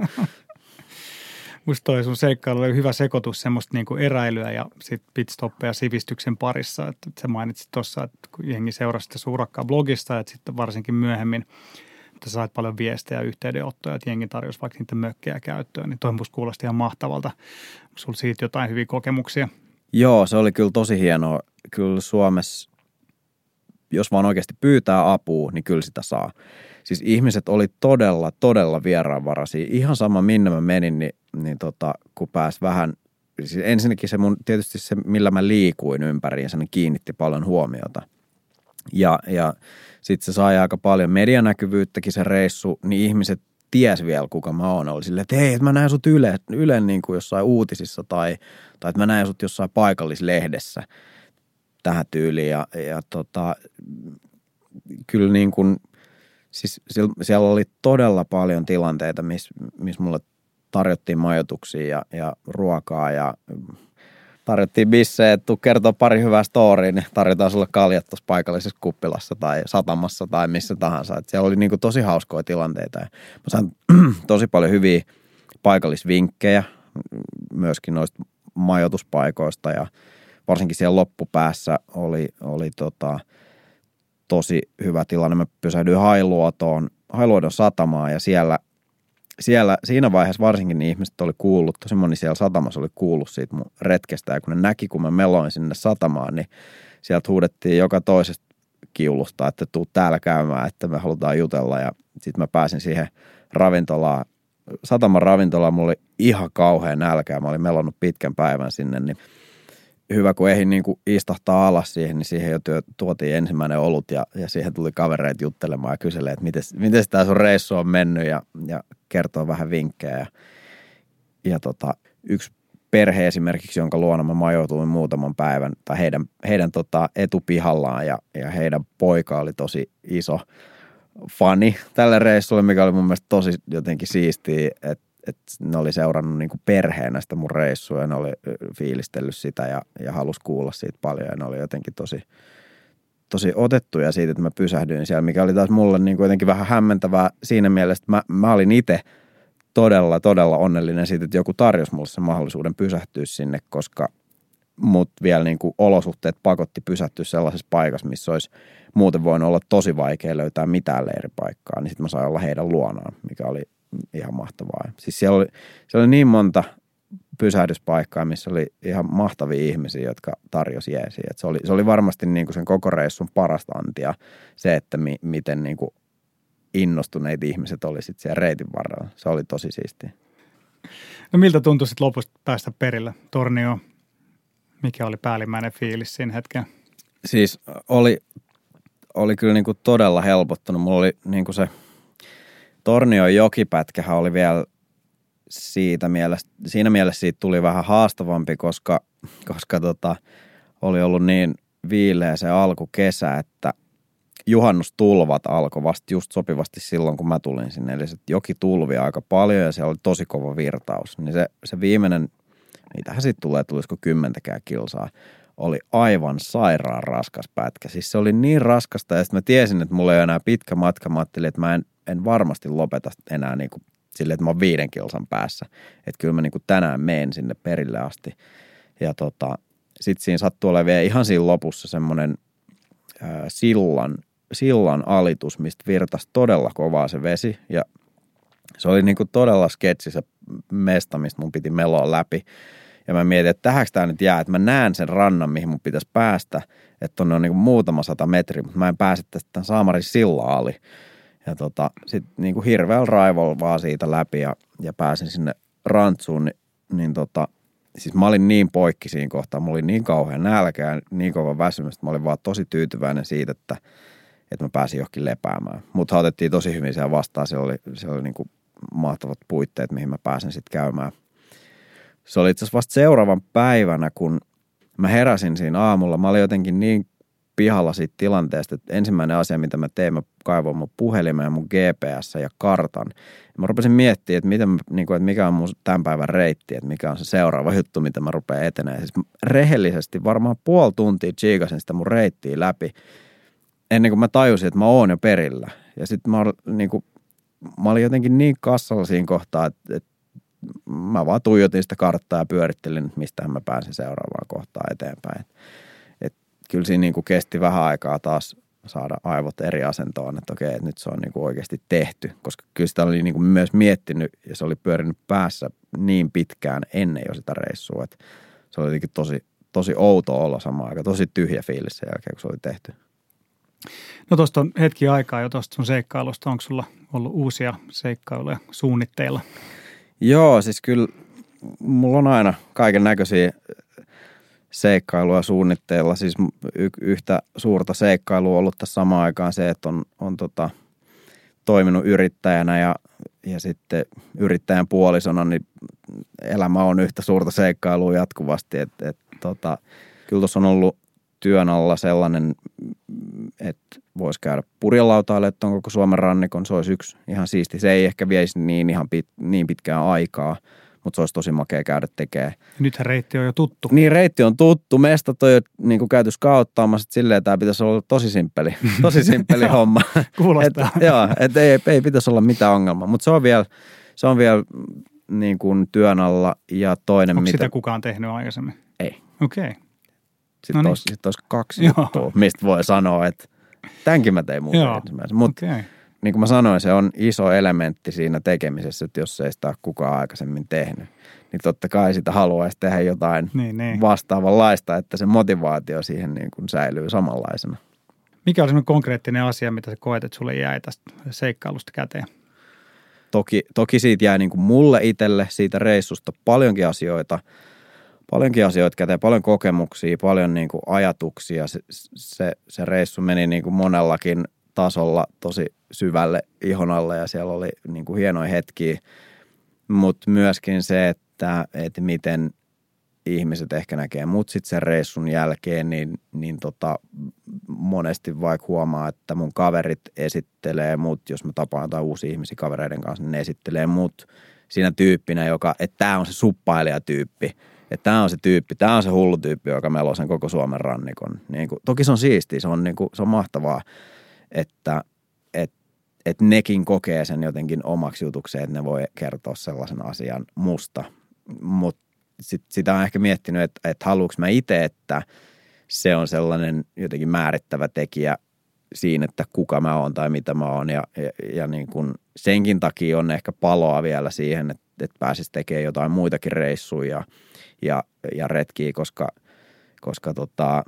Musta toi sun seikkailu oli hyvä sekoitus semmoista niinku eräilyä ja sit pitstoppeja sivistyksen parissa. Että sä mainitsit tuossa, että kun jengi seurasi sitä sun urakkaa blogista, että sitten varsinkin myöhemmin, että sä sait paljon viestejä ja yhteydenottoja, että jengi tarjosi vaikka niitä mökkejä käyttöön, niin toi musta kuulosti ihan mahtavalta. Onko sulla siitä jotain hyviä kokemuksia? Joo, se oli kyllä tosi hienoa. Kyllä Suomessa, jos vaan oikeasti pyytää apua, niin kyllä sitä saa. Siis ihmiset oli todella, todella vieraanvaraisia. Ihan sama minne mä menin, niin, niin tota, kun pääsi vähän, siis ensinnäkin se mun, tietysti se, millä mä liikuin ympäriinsä, niin kiinnitti paljon huomiota. Ja, ja sitten se sai aika paljon medianäkyvyyttäkin se reissu, niin ihmiset ties vielä, kuka mä oon. Oli silleen, että hei, että mä näen sut Yle, yle niin kuin jossain uutisissa tai, tai että mä näen sut jossain paikallislehdessä tähän tyyliin. Ja, ja tota, kyllä niin kuin, siis siellä oli todella paljon tilanteita, missä mis mulle tarjottiin majoituksia ja, ja ruokaa ja tarjottiin bissejä, että tuu kertoo pari hyvää storya, niin tarjotaan sulle kaljat tuossa paikallisessa kuppilassa tai satamassa tai missä tahansa. Et siellä oli niinku tosi hauskoja tilanteita ja mä sain tosi paljon hyviä paikallisvinkkejä myöskin noista majoituspaikoista ja varsinkin siellä loppupäässä oli, oli tota, tosi hyvä tilanne. Mä pysähdyin Hailuotoon, Hailuodon satamaan ja siellä, siellä siinä vaiheessa varsinkin niin ihmiset oli kuullut, tosi moni siellä satamassa oli kuullut siitä mun retkestä ja kun ne näki, kun mä meloin sinne satamaan, niin sieltä huudettiin joka toisesta kiulusta, että tuu täällä käymään, että me halutaan jutella ja sitten mä pääsin siihen ravintolaan, sataman ravintolaan, mulla oli ihan kauhean nälkä, mä olin melonnut pitkän päivän sinne, niin hyvä, kun ehdin niin kuin istahtaa alas siihen, niin siihen jo työ, tuotiin ensimmäinen olut ja, ja siihen tuli kavereita juttelemaan ja kyselee, että miten, miten tämä sun reissu on mennyt ja, ja kertoo vähän vinkkejä. Ja, ja tota, yksi perhe esimerkiksi, jonka luona mä majoituin muutaman päivän, tai heidän, heidän tota, etupihallaan ja, ja heidän poika oli tosi iso fani tälle reissulle, mikä oli mun mielestä tosi jotenkin siistiä, että että ne oli seurannut niin kuin perheenä sitä mun reissua ja ne oli fiilistellyt sitä ja, ja halusi kuulla siitä paljon ja ne oli jotenkin tosi, tosi otettuja siitä, että mä pysähdyin siellä, mikä oli taas mulle niin kuin jotenkin vähän hämmentävää siinä mielessä, että mä, mä olin itse todella, todella onnellinen siitä, että joku tarjosi mulle sen mahdollisuuden pysähtyä sinne, koska mut vielä niin kuin olosuhteet pakotti pysähtyä sellaisessa paikassa, missä olisi muuten voinut olla tosi vaikea löytää mitään leiripaikkaa, niin sitten mä sain olla heidän luonaan, mikä oli ihan mahtavaa. Siis siellä oli, siellä oli niin monta pysähdyspaikkaa, missä oli ihan mahtavia ihmisiä, jotka tarjosi jeesiä. Se oli, se oli varmasti niin kuin sen koko reissun parasta antia se, että mi, miten niin kuin innostuneet ihmiset oli sitten siellä reitin varrella. Se oli tosi siistiä. No miltä tuntui sitten lopusta päästä perille Tornioon? Mikä oli päällimmäinen fiilis siinä hetken? Siis oli, oli kyllä niin kuin todella helpottunut. Mulla oli niin kuin se Tornion jokipätkähän oli vielä siitä mielessä, siinä mielessä siitä tuli vähän haastavampi, koska, koska tota, oli ollut niin viileä se alkukesä, että juhannustulvat alkoi vasta just sopivasti silloin, kun mä tulin sinne. Eli se joki tulvi aika paljon ja se oli tosi kova virtaus. Niin se, se viimeinen, niitähän sitten tulee, tulisiko kymmentäkään kilsaa, oli aivan sairaan raskas pätkä. Siis se oli niin raskasta ja sitten mä tiesin, että mulla ei ole enää pitkä matka. Mä ajattelin, että mä en en varmasti lopeta enää niin kuin silleen, että mä oon viiden kilsan päässä. Että kyllä mä niin kuin tänään meen sinne perille asti. Ja tota, sit siinä sattuu olemaan vielä ihan siinä lopussa semmoinen ää, sillan, sillan alitus, mistä virtasi todella kovaa se vesi. Ja se oli niin kuin todella sketsi se mesta, mistä mun piti meloa läpi. Ja mä mietin, että tähänkö tää nyt jää, että mä näen sen rannan, mihin mun pitäisi päästä. Että tonne on niin kuin muutama sata metriä, mutta mä en pääse tästä tämän Saamarin sillan ali. Ja tota, sitten niinku hirveällä raivolla vaan siitä läpi ja, ja pääsin sinne rantsuun, niin, niin tota, siis mä olin niin poikki siinä kohtaa, mulla oli niin kauhean nälkä ja niin kova väsymys, että mä olin vaan tosi tyytyväinen siitä, että, että mä pääsin johonkin lepäämään. Mutta otettiin tosi hyvin siellä vastaan, siellä oli, siellä oli niinku mahtavat puitteet, mihin mä pääsin sitten käymään. Se oli itse asiassa vasta seuraavan päivänä, kun Mä heräsin siinä aamulla. Mä olin jotenkin niin pihalla siitä tilanteesta, että ensimmäinen asia, mitä mä tein, mä kaivoin mun puhelimen ja mun G P S ja kartan. Ja mä rupesin miettimään, että, miten mä, niin kuin, että mikä on mun tämän päivän reitti, että mikä on se seuraava juttu, mitä mä rupean etenemään. Siis rehellisesti varmaan puoli tuntia tsiikasin sitä mun reittiä läpi, ennen kuin mä tajusin, että mä oon jo perillä. Ja sitten mä, niin kuin, mä olin jotenkin niin kassalla siinä kohtaa, että, että mä vaan tuijotin sitä karttaa ja pyörittelin, että mistähän mä pääsin seuraavaan kohtaan eteenpäin. Et, et, kyllä siinä niin kuin kesti vähän aikaa taas saada aivot eri asentoon, että okei, että nyt se on niin kuin oikeasti tehty. Koska kyllä sitä oli niin kuin myös miettinyt ja se oli pyörinyt päässä niin pitkään ennen jo sitä reissua, että se oli jotenkin tosi, tosi outo olla samaan aikaan, tosi tyhjä fiilis sen jälkeen, kun se oli tehty. No tuosta on hetki aikaa jo tuosta sun seikkailusta. Onko sulla ollut uusia seikkailuja suunnitteilla? Joo, siis kyllä mulla on aina kaiken näköisiä seikkailuja suunnitteilla. Siis y- yhtä suurta seikkailua on ollut tässä samaan aikaan se, että on, on tota, toiminut yrittäjänä ja, ja sitten yrittäjän puolisona, niin elämä on yhtä suurta seikkailua jatkuvasti. Et, et, tota, kyllä tuossa on ollut työn alla sellainen, että voisi käydä purjelautaille, että on koko Suomen rannikon. Se olisi yksi ihan siisti. Se ei ehkä viesi niin, ihan pit, niin pitkään aikaa, mutta se olisi tosi makea käydä tekemään. Nythän reitti on jo tuttu. Niin, reitti on tuttu. Mestat on jo niin kuin käyty skauttaamassa, että silleen tämä pitäisi olla tosi simppeli, tosi simppeli homma. Kuulostaa. Et, joo, että ei, ei pitäisi olla mitään ongelmaa, mutta se on vielä, se on vielä niin kuin työn alla ja toinen, onko mitä... sitä kukaan tehnyt aikaisemmin? Ei. Okei. Okay. Sitten, no olisi, sitten olisi kaksi juttua, mistä voi sanoa, että tämänkin mä tein muuten ensimmäisen. Mutta okay. Niin kuin mä sanoin, se on iso elementti siinä tekemisessä, että jos ei sitä ole kukaan aikaisemmin tehnyt, niin totta kai sitä haluaisi tehdä jotain niin, niin. vastaavanlaista, että se motivaatio siihen niin kuin säilyy samanlaisena. Mikä on semmoinen konkreettinen asia, mitä sä koet, että sulle jäi tästä seikkailusta käteen? Toki, toki siitä jäi niin kuin mulle itselle siitä reissusta paljonkin asioita, Paljonkin asioita käteen, paljon kokemuksia, paljon niin kuin ajatuksia. Se, se, se reissu meni niin kuin monellakin tasolla tosi syvälle ihon alle ja siellä oli niin kuin hienoja hetkiä. Mutta myöskin se, että, että miten ihmiset ehkä näkee mut sitten sen reissun jälkeen, niin, niin tota, monesti vaikka huomaa, että mun kaverit esittelee mut, jos mä tapaan jotain uusia ihmisiä kavereiden kanssa, niin ne esittelee mut siinä tyyppinä, joka, että tää on se suppailijatyyppi. Että tämä on se tyyppi, tämä on se hullu tyyppi, joka meloo sen koko Suomen rannikon. Niin kuin, toki se on siistiä, se on, niin kuin, se on mahtavaa, että et, et nekin kokee sen jotenkin omaksi jutukseen, että ne voi kertoa sellaisen asian musta. Mutta sit, sitä on ehkä miettinyt, että, että haluanko mä itse, että se on sellainen jotenkin määrittävä tekijä siinä, että kuka mä oon tai mitä mä oon. Ja, ja, ja niin kuin senkin takia on ehkä paloa vielä siihen, että, että pääsisi tekemään jotain muitakin reissuja ja, ja retkiä, koska, koska tota,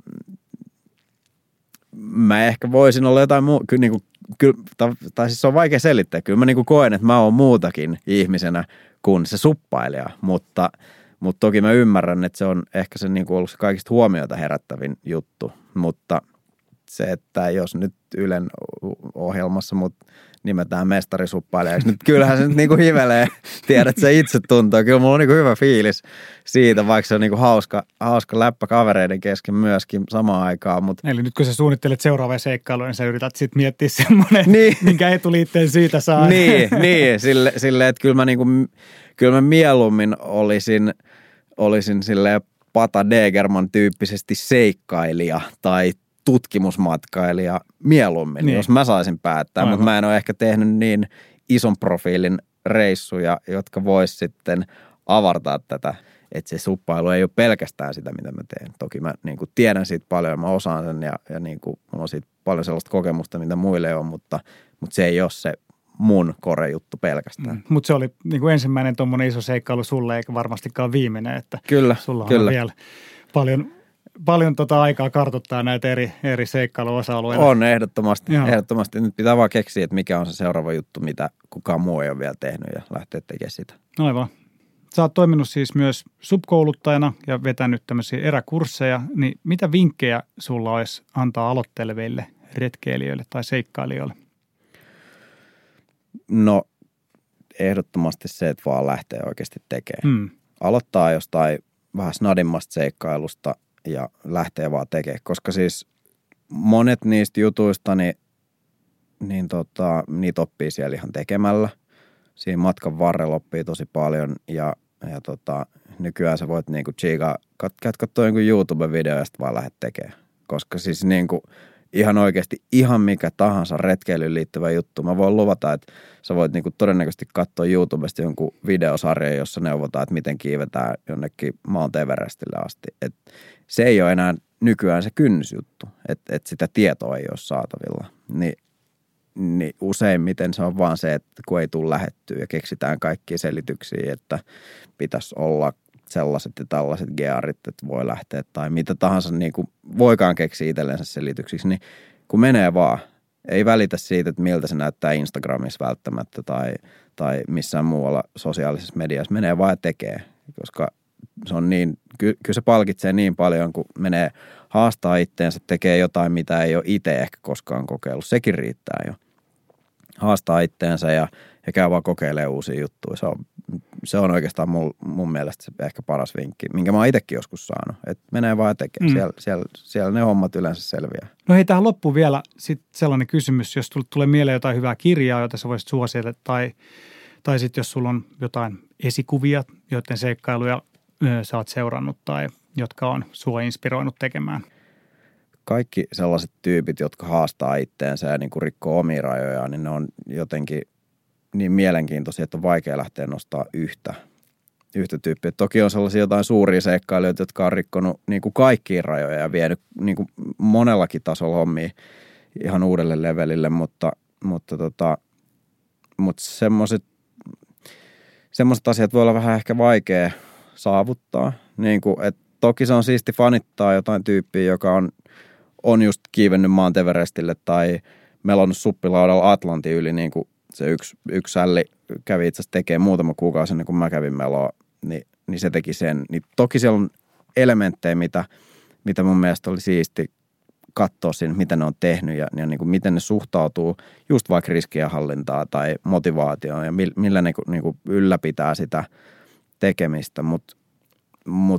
mä ehkä voisin olla jotain muuta, kyllä, niin kuin, kyllä, tai, tai siis se on vaikea selittää, kyllä mä niin kuin koen, että mä oon muutakin ihmisenä kuin se suppailija, mutta, mutta toki mä ymmärrän, että se on ehkä se niin kuin ollut se kaikista huomiota herättävin juttu, mutta se, että jos nyt Ylen ohjelmassa mut nimetään mestarisuppailejaksi, nyt kyllähän se nyt niinku hivelee, tiedät se itse tuntuu. Kyllä mulla on niinku hyvä fiilis siitä, vaikka se on niinku hauska, hauska läppä kavereiden kesken myöskin samaan aikaan. Mut... Eli nyt kun sä suunnittelet seuraavia seikkailuja, niin sä yrität sitten miettiä semmoinen, niin. minkä etuliitteen siitä saa. niin, niin sille, sille, että kyllä mä, niinku, kyllä mä mieluummin olisin, olisin silleen Pata Degerman tyyppisesti seikkailija tai tutkimusmatkailija mieluummin, niin. Jos mä saisin päättää, aivan. Mutta mä en ole ehkä tehnyt niin ison profiilin reissuja, jotka vois sitten avartaa tätä, että se suppailu ei ole pelkästään sitä, mitä mä teen. Toki mä niin kuin tiedän siitä paljon ja mä osaan sen ja, ja niin kuin, mulla on siitä paljon sellaista kokemusta, mitä muille on, mutta, mutta se ei ole se mun kore-juttu pelkästään. Mm, mutta se oli niin kuin ensimmäinen tuommoinen iso seikkailu sulle, eikä varmastikaan viimeinen, että kyllä, sulla on kyllä. vielä paljon... Paljon tota aikaa kartoittaa näitä eri, eri seikkailuosa-alueita. On ehdottomasti. ehdottomasti. Nyt pitää vaan keksiä, että mikä on se seuraava juttu, mitä kukaan muu ei ole vielä tehnyt ja lähteä tekemään sitä. Aivan. Sä oot toiminut siis myös subkouluttajana ja vetänyt tämmöisiä eräkursseja. Niin mitä vinkkejä sulla olisi antaa aloitteleville retkeilijöille tai seikkailijoille? No ehdottomasti se, että vaan lähtee oikeasti tekemään. Hmm. Aloittaa jostain vähän snadimmasta seikkailusta ja lähtee vaan tekemään. Koska siis monet niistä jutuista, niin, niin tota, niitä oppii siellä ihan tekemällä. Siinä matkan varrella oppii tosi paljon ja, ja tota, nykyään sä voit niinku chiikaa, kat, käyt kattoo jonkun YouTube-video ja sitten vaan lähdet tekemään. Koska siis niinku ihan oikeasti ihan mikä tahansa retkeilyyn liittyvä juttu. Mä voin luvata, että sä voit niinku todennäköisesti katsoa YouTubesta jonkun videosarjan, jossa neuvotaan, että miten kiivetään jonnekin Mount Everestille asti. Et se ei ole enää nykyään se kynnysjuttu, että et sitä tietoa ei ole saatavilla. Ni, niin useimmiten se on vaan se, että kun ei tule lähettyä ja keksitään kaikkia selityksiä, että pitäisi olla sellaiset ja tällaiset gearit, että voi lähteä tai mitä tahansa niin kuin voikaan keksiä itsellensä selityksiksi, niin kun menee vaan, ei välitä siitä, että miltä se näyttää Instagramissa välttämättä tai, tai missään muualla sosiaalisessa mediassa, menee vaan ja tekee, koska se on niin, ky, kyllä se palkitsee niin paljon, kun menee haastaa itteensä, tekee jotain, mitä ei ole itse ehkä koskaan kokeillut, sekin riittää jo. Haastaa itteensä ja, ja käy vaan kokeilemaan uusia juttuja. Se on, se on oikeastaan mun, mun mielestä se ehkä paras vinkki, minkä mä oon itsekin joskus saanut. Että menee vaan tekemään. Mm. Siellä, siellä, siellä ne hommat yleensä selviää. No hei, tähän loppuun vielä sit sellainen kysymys, jos tulee mieleen jotain hyvää kirjaa, jota sä voisit suositella, tai, tai sitten jos sulla on jotain esikuvia, joiden seikkailuja ö, sä oot seurannut tai jotka on sua inspiroinut tekemään. Kaikki sellaiset tyypit, jotka haastaa itteensä ja niin kuin rikkoo omia rajojaan, niin ne on jotenkin niin mielenkiintoisia, että on vaikea lähteä nostaa yhtä, yhtä tyyppiä. Toki on sellaisia jotain suuria seikkailijoita, jotka on rikkonut niin kuin kaikkia rajoja ja vienyt niin kuin monellakin tasolla hommia ihan uudelle levelille, mutta, mutta, tota, mutta semmoiset, semmoiset asiat voi olla vähän ehkä vaikea saavuttaa. Niin kuin, että toki se on siisti fanittaa jotain tyyppiä, joka on on just kiivennyt Mount Everestille tai melonnut suppilaudalla Atlantin yli, niin kuin se yksi, yksi sälli kävi itse asiassa tekemään muutama kuukausi ennen kuin mä kävin meloa, niin, niin se teki sen. Niin toki siellä on elementtejä, mitä, mitä mun mielestä oli siisti katsoa siinä, mitä ne on tehnyt ja, ja niin kuin miten ne suhtautuu just vaikka riskienhallintaa tai motivaatioon ja millä ne niin kuin ylläpitää sitä tekemistä, mutta mut,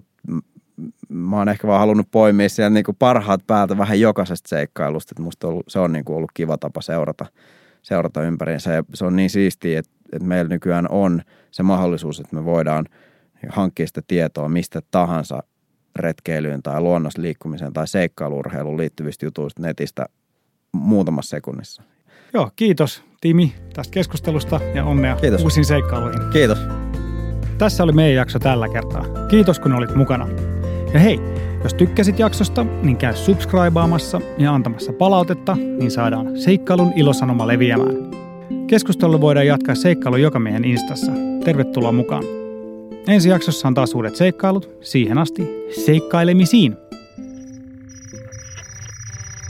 mä oon ehkä vaan halunnut poimia siellä niinku parhaat päältä vähän jokaisesta seikkailusta, että musta on ollut, se on niinku ollut kiva tapa seurata, seurata ympäriinsä. Ja se on niin siistiä, että, että meillä nykyään on se mahdollisuus, että me voidaan hankkia sitä tietoa mistä tahansa retkeilyyn tai luonnossa liikkumiseen tai seikkailu-urheiluun liittyvistä jutuista netistä muutamassa sekunnissa. Joo, kiitos Timi tästä keskustelusta ja onnea kiitos. Uusiin seikkailuihin. Kiitos. Tässä oli meidän jakso tällä kertaa. Kiitos kun olit mukana. Ja hei, jos tykkäsit jaksosta, niin käy subscribeaamassa ja antamassa palautetta, niin saadaan seikkailun ilosanoma leviämään. Keskustelua voidaan jatkaa Seikkailun Jokamiehen Instassa. Tervetuloa mukaan. Ensi jaksossa on taas uudet seikkailut. Siihen asti seikkailemisiin!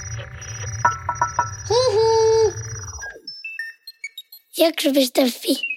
Hihi! Jakso piste fi